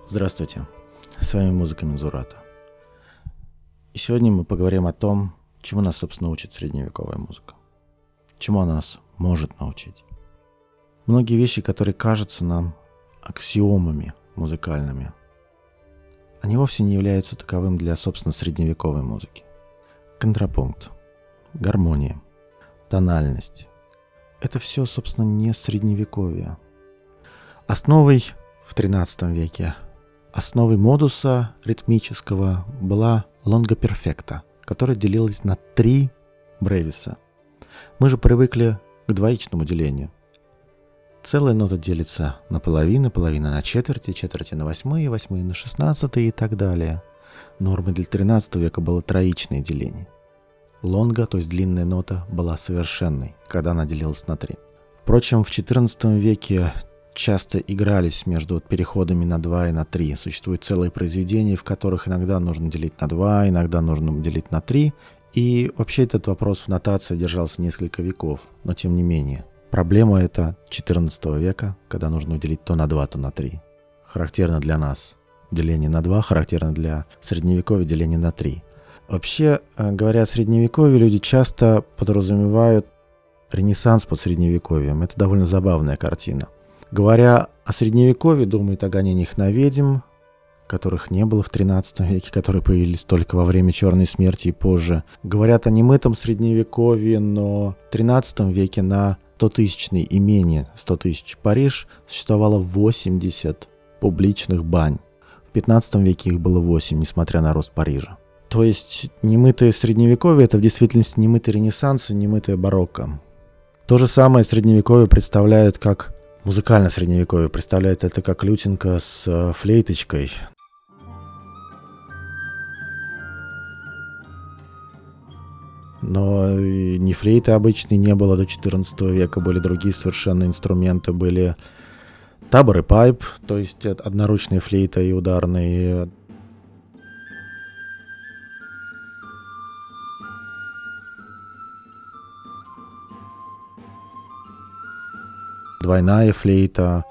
Здравствуйте, с вами музыка Мензурата. И сегодня мы поговорим о том, чему нас, собственно, учит средневековая музыка. Чему она нас может научить. Многие вещи, которые кажутся нам аксиомами музыкальными, они вовсе не являются таковым для, собственно, средневековой музыки. Контрапункт, гармония, тональность – это все, собственно, не средневековье. Основой в XIII веке, основой модуса ритмического была лонга перфекта, которая делилась на 3 бревиса. Мы же привыкли к двоичному делению. Целая нота делится на половины, половина на четверти, четверти на восьмые, восьмые на 16 и так далее. Нормой для XIII века было троичное деление. Лонга, то есть длинная нота, была совершенной, когда она делилась на 3. Впрочем, в XIV веке часто игрались между переходами на 2 и на 3. Существуют целые произведения, в которых иногда нужно делить на 2, иногда нужно делить на 3. И вообще этот вопрос в нотации держался несколько веков, но тем не менее. Проблема это XIV века, когда нужно делить то на 2, то на 3. Характерно для нас деление на 2, характерно для средневековья деление на 3. Вообще, говоря о средневековье, люди часто подразумевают Ренессанс под средневековьем. Это довольно забавная картина. Говоря о средневековье, думают о гонениях на ведьм, которых не было в XIII веке, которые появились только во время Черной смерти и позже. Говорят о немытом средневековье, но в XIII веке на 100-тысячной имение 100 тысяч Париж существовало 80 публичных бань. В XV веке их было 8, несмотря на рост Парижа. То есть немытое средневековье – это в действительности немытый Ренессанс и немытое барокко. То же самое средневековье представляют как музыкальное средневековье, представляет это как лютинка с флейточкой. Но ни флейты обычной не было до XIV века, были другие совершенно инструменты, были табор и пайп, то есть одноручная флейта и ударные. Двойная флейта.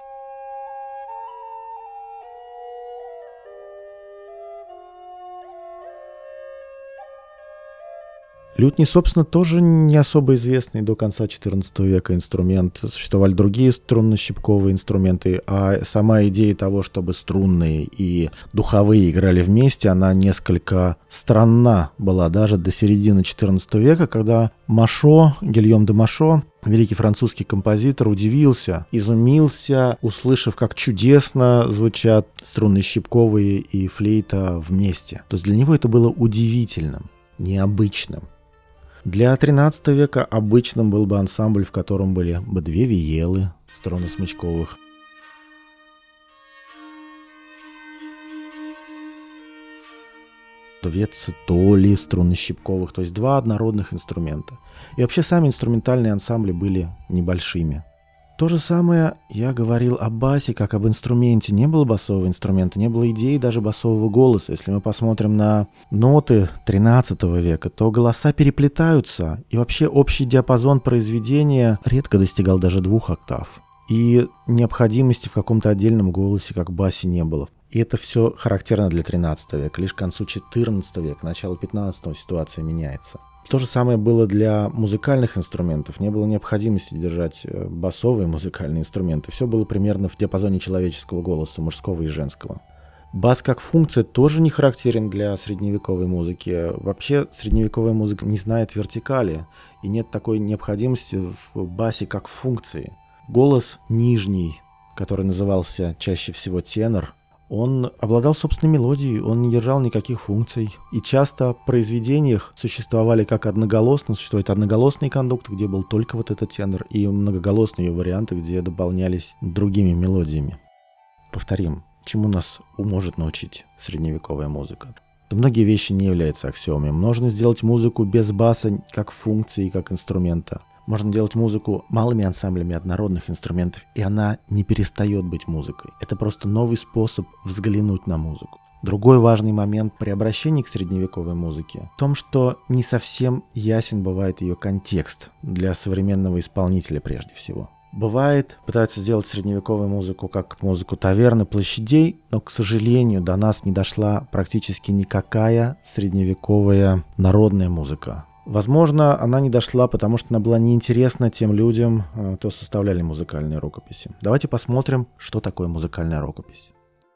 Лютни, собственно, тоже не особо известный до конца XIV века инструмент. Существовали другие струнно-щипковые инструменты, а сама идея того, чтобы струнные и духовые играли вместе, она несколько странна была даже до середины XIV века, когда Машо, Гильом де Машо, великий французский композитор, удивился, изумился, услышав, как чудесно звучат струнно-щипковые и флейта вместе. То есть для него это было удивительным, необычным. Для XIII века обычным был бы ансамбль, в котором были бы 2 виелы струнно-смычковых, две цитоли струнно-щипковых, то есть 2 однородных инструмента. И вообще сами инструментальные ансамбли были небольшими. То же самое я говорил о басе, как об инструменте. Не было басового инструмента, не было идеи даже басового голоса. Если мы посмотрим на ноты XIII века, то голоса переплетаются, и вообще общий диапазон произведения редко достигал даже 2 октав. И необходимости в каком-то отдельном голосе, как басе, не было. И это все характерно для XIII века. Лишь к концу XIV века, началу XV ситуация меняется. То же самое было для музыкальных инструментов. Не было необходимости держать басовые музыкальные инструменты. Все было примерно в диапазоне человеческого голоса, мужского и женского. Бас как функция тоже не характерен для средневековой музыки. Вообще средневековая музыка не знает вертикали, и нет такой необходимости в басе как функции. Голос нижний, который назывался чаще всего тенор, он обладал собственной мелодией, он не держал никаких функций. И часто в произведениях существовали как существует одноголосный кондукт, где был только вот этот тенор, и многоголосные варианты, где дополнялись другими мелодиями. Повторим, чему нас может научить средневековая музыка? Да многие вещи не являются аксиомами. Можно сделать музыку без баса как функции, как инструмента. Можно делать музыку малыми ансамблями однородных инструментов, и она не перестает быть музыкой. Это просто новый способ взглянуть на музыку. Другой важный момент при обращении к средневековой музыке в том, что не совсем ясен бывает ее контекст для современного исполнителя прежде всего. Бывает, пытаются сделать средневековую музыку как музыку таверны, площадей, но, к сожалению, до нас не дошла практически никакая средневековая народная музыка. Возможно, она не дошла, потому что она была неинтересна тем людям, кто составляли музыкальные рукописи. Давайте посмотрим, что такое музыкальная рукопись.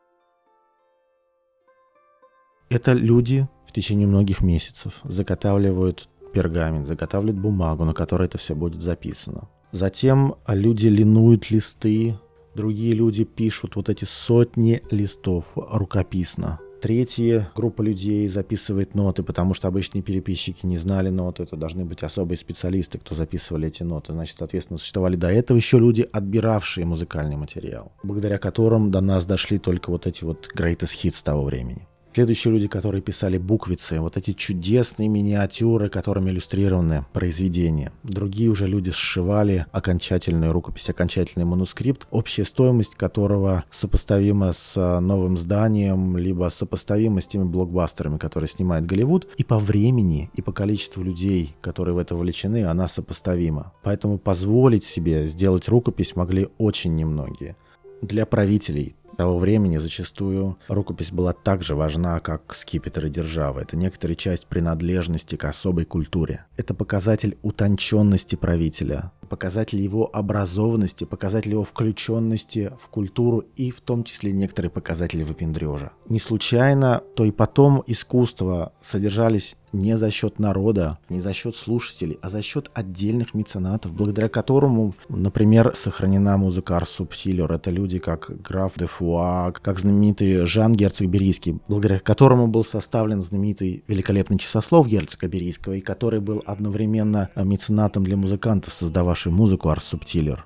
Это люди в течение многих месяцев заготавливают пергамент, заготавливают бумагу, на которой это все будет записано. Затем люди линуют листы, другие люди пишут вот эти сотни листов рукописно. Третья группа людей записывает ноты, потому что обычные переписчики не знали ноты. Это должны быть особые специалисты, кто записывали эти ноты. Значит, соответственно, существовали до этого еще люди, отбиравшие музыкальный материал, благодаря которым до нас дошли только вот эти вот greatest hits того времени. Следующие люди, которые писали буквицы, вот эти чудесные миниатюры, которыми иллюстрированы произведения. Другие уже люди сшивали окончательную рукопись, окончательный манускрипт, общая стоимость которого сопоставима с новым зданием, либо сопоставима с теми блокбастерами, которые снимает Голливуд. И по времени, и по количеству людей, которые в это вовлечены, она сопоставима. Поэтому позволить себе сделать рукопись могли очень немногие. Для правителей того времени зачастую рукопись была так же важна, как скипетр и держава. Это некоторая часть принадлежности к особой культуре. Это показатель утонченности правителя, показатель его образованности, показатель его включенности в культуру и в том числе некоторые показатели выпендрежа. Не случайно то и потом искусства содержались не за счет народа, не за счет слушателей, а за счет отдельных меценатов, благодаря которому, например, сохранена музыка Ars Subtilior. Это люди, как граф де Фуа, как знаменитый Жан герцог Берийский, благодаря которому был составлен знаменитый великолепный часослов герцога Берийского, и который был одновременно меценатом для музыкантов, создававших музыку Ars Subtilior.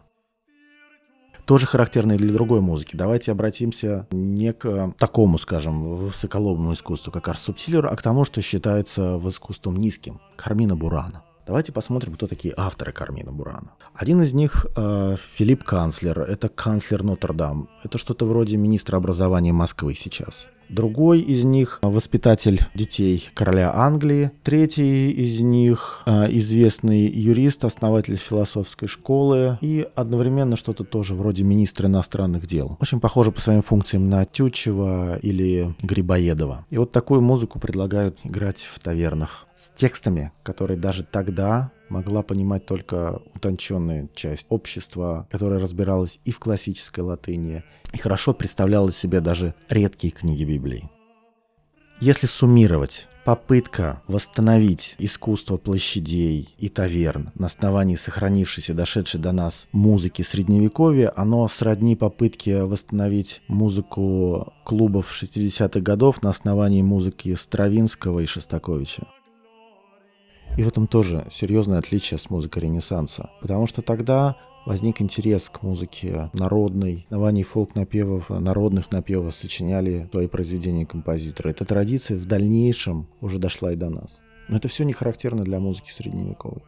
Тоже характерно и для другой музыки. Давайте обратимся не к такому, скажем, высоколобному искусству, как Ars Subtilior, а к тому, что считается искусством низким. Кармина Бурана. Давайте посмотрим, кто такие авторы Кармина Бурана. Один из них Филипп Канцлер. Это канцлер Нотр-Дам. Это что-то вроде министра образования Москвы сейчас. Другой из них воспитатель детей короля Англии. Третий из них известный юрист, основатель философской школы и одновременно что-то тоже вроде министра иностранных дел. Очень похоже по своим функциям на Тютчева или Грибоедова. И вот такую музыку предлагают играть в тавернах с текстами, которые даже тогда могла понимать только утонченная часть общества, которая разбиралась и в классической латыни, и хорошо представляла себе даже редкие книги Библии. Если суммировать, попытка восстановить искусство площадей и таверн на основании сохранившейся, дошедшей до нас музыки Средневековья, оно сродни попытке восстановить музыку клубов 60-х годов на основании музыки Стравинского и Шостаковича. И в этом тоже серьезное отличие с музыкой Ренессанса, потому что тогда возник интерес к музыке народной, на основании фолк-напевов, народных напевов сочиняли свои произведения композиторы. Эта традиция в дальнейшем уже дошла и до нас. Но это все не характерно для музыки средневековой.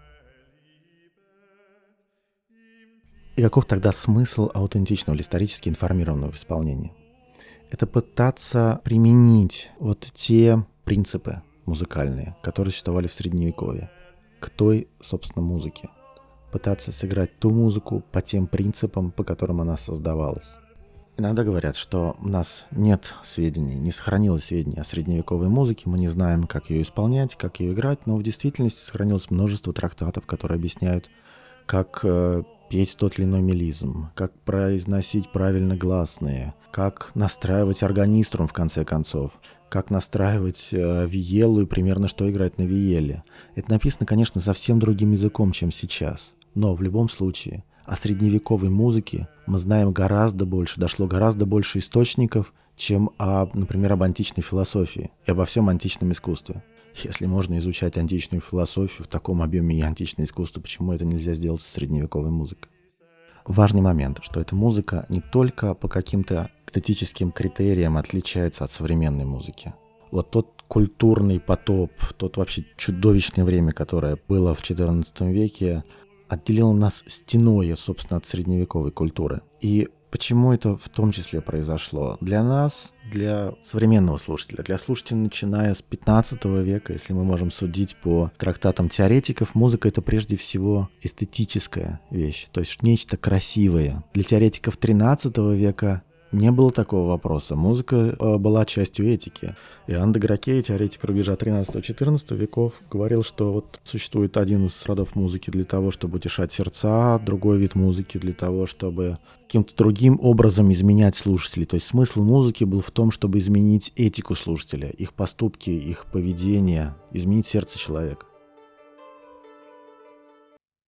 И каков тогда смысл аутентичного или исторически информированного исполнения? Это пытаться применить вот те принципы музыкальные, которые существовали в Средневековье, к той, собственно, музыке. Пытаться сыграть ту музыку по тем принципам, по которым она создавалась. Иногда говорят, что у нас нет сведений, не сохранилось сведений о средневековой музыке, мы не знаем, как ее исполнять, как ее играть, но в действительности сохранилось множество трактатов, которые объясняют, как петь тот или иной мелизм, как произносить правильно гласные, как настраивать органиструм в конце концов, как настраивать виеллу и примерно что играть на виелле. Это написано, конечно, совсем другим языком, чем сейчас. Но в любом случае о средневековой музыке мы знаем гораздо больше, дошло гораздо больше источников, чем, например, об античной философии и обо всем античном искусстве. Если можно изучать античную философию в таком объеме и античное искусство, почему это нельзя сделать со средневековой музыкой? Важный момент, что эта музыка не только по каким-то эстетическим критериям отличается от современной музыки. Вот тот культурный потоп, тот вообще чудовищное время, которое было в XIV веке, отделило нас стеной, собственно, от средневековой культуры. И Почему это в том числе произошло? Для нас, для современного слушателя, для слушателя, начиная с 15 века, если мы можем судить по трактатам теоретиков, музыка — это прежде всего эстетическая вещь, то есть нечто красивое. Для теоретиков 13 века не было такого вопроса. Музыка была частью этики. Иоанн де Гракей, теоретик рубежа 13-14 веков, говорил, что вот существует один из родов музыки для того, чтобы утешать сердца, другой вид музыки для того, чтобы каким-то другим образом изменять слушателей. То есть смысл музыки был в том, чтобы изменить этику слушателя, их поступки, их поведение, изменить сердце человека.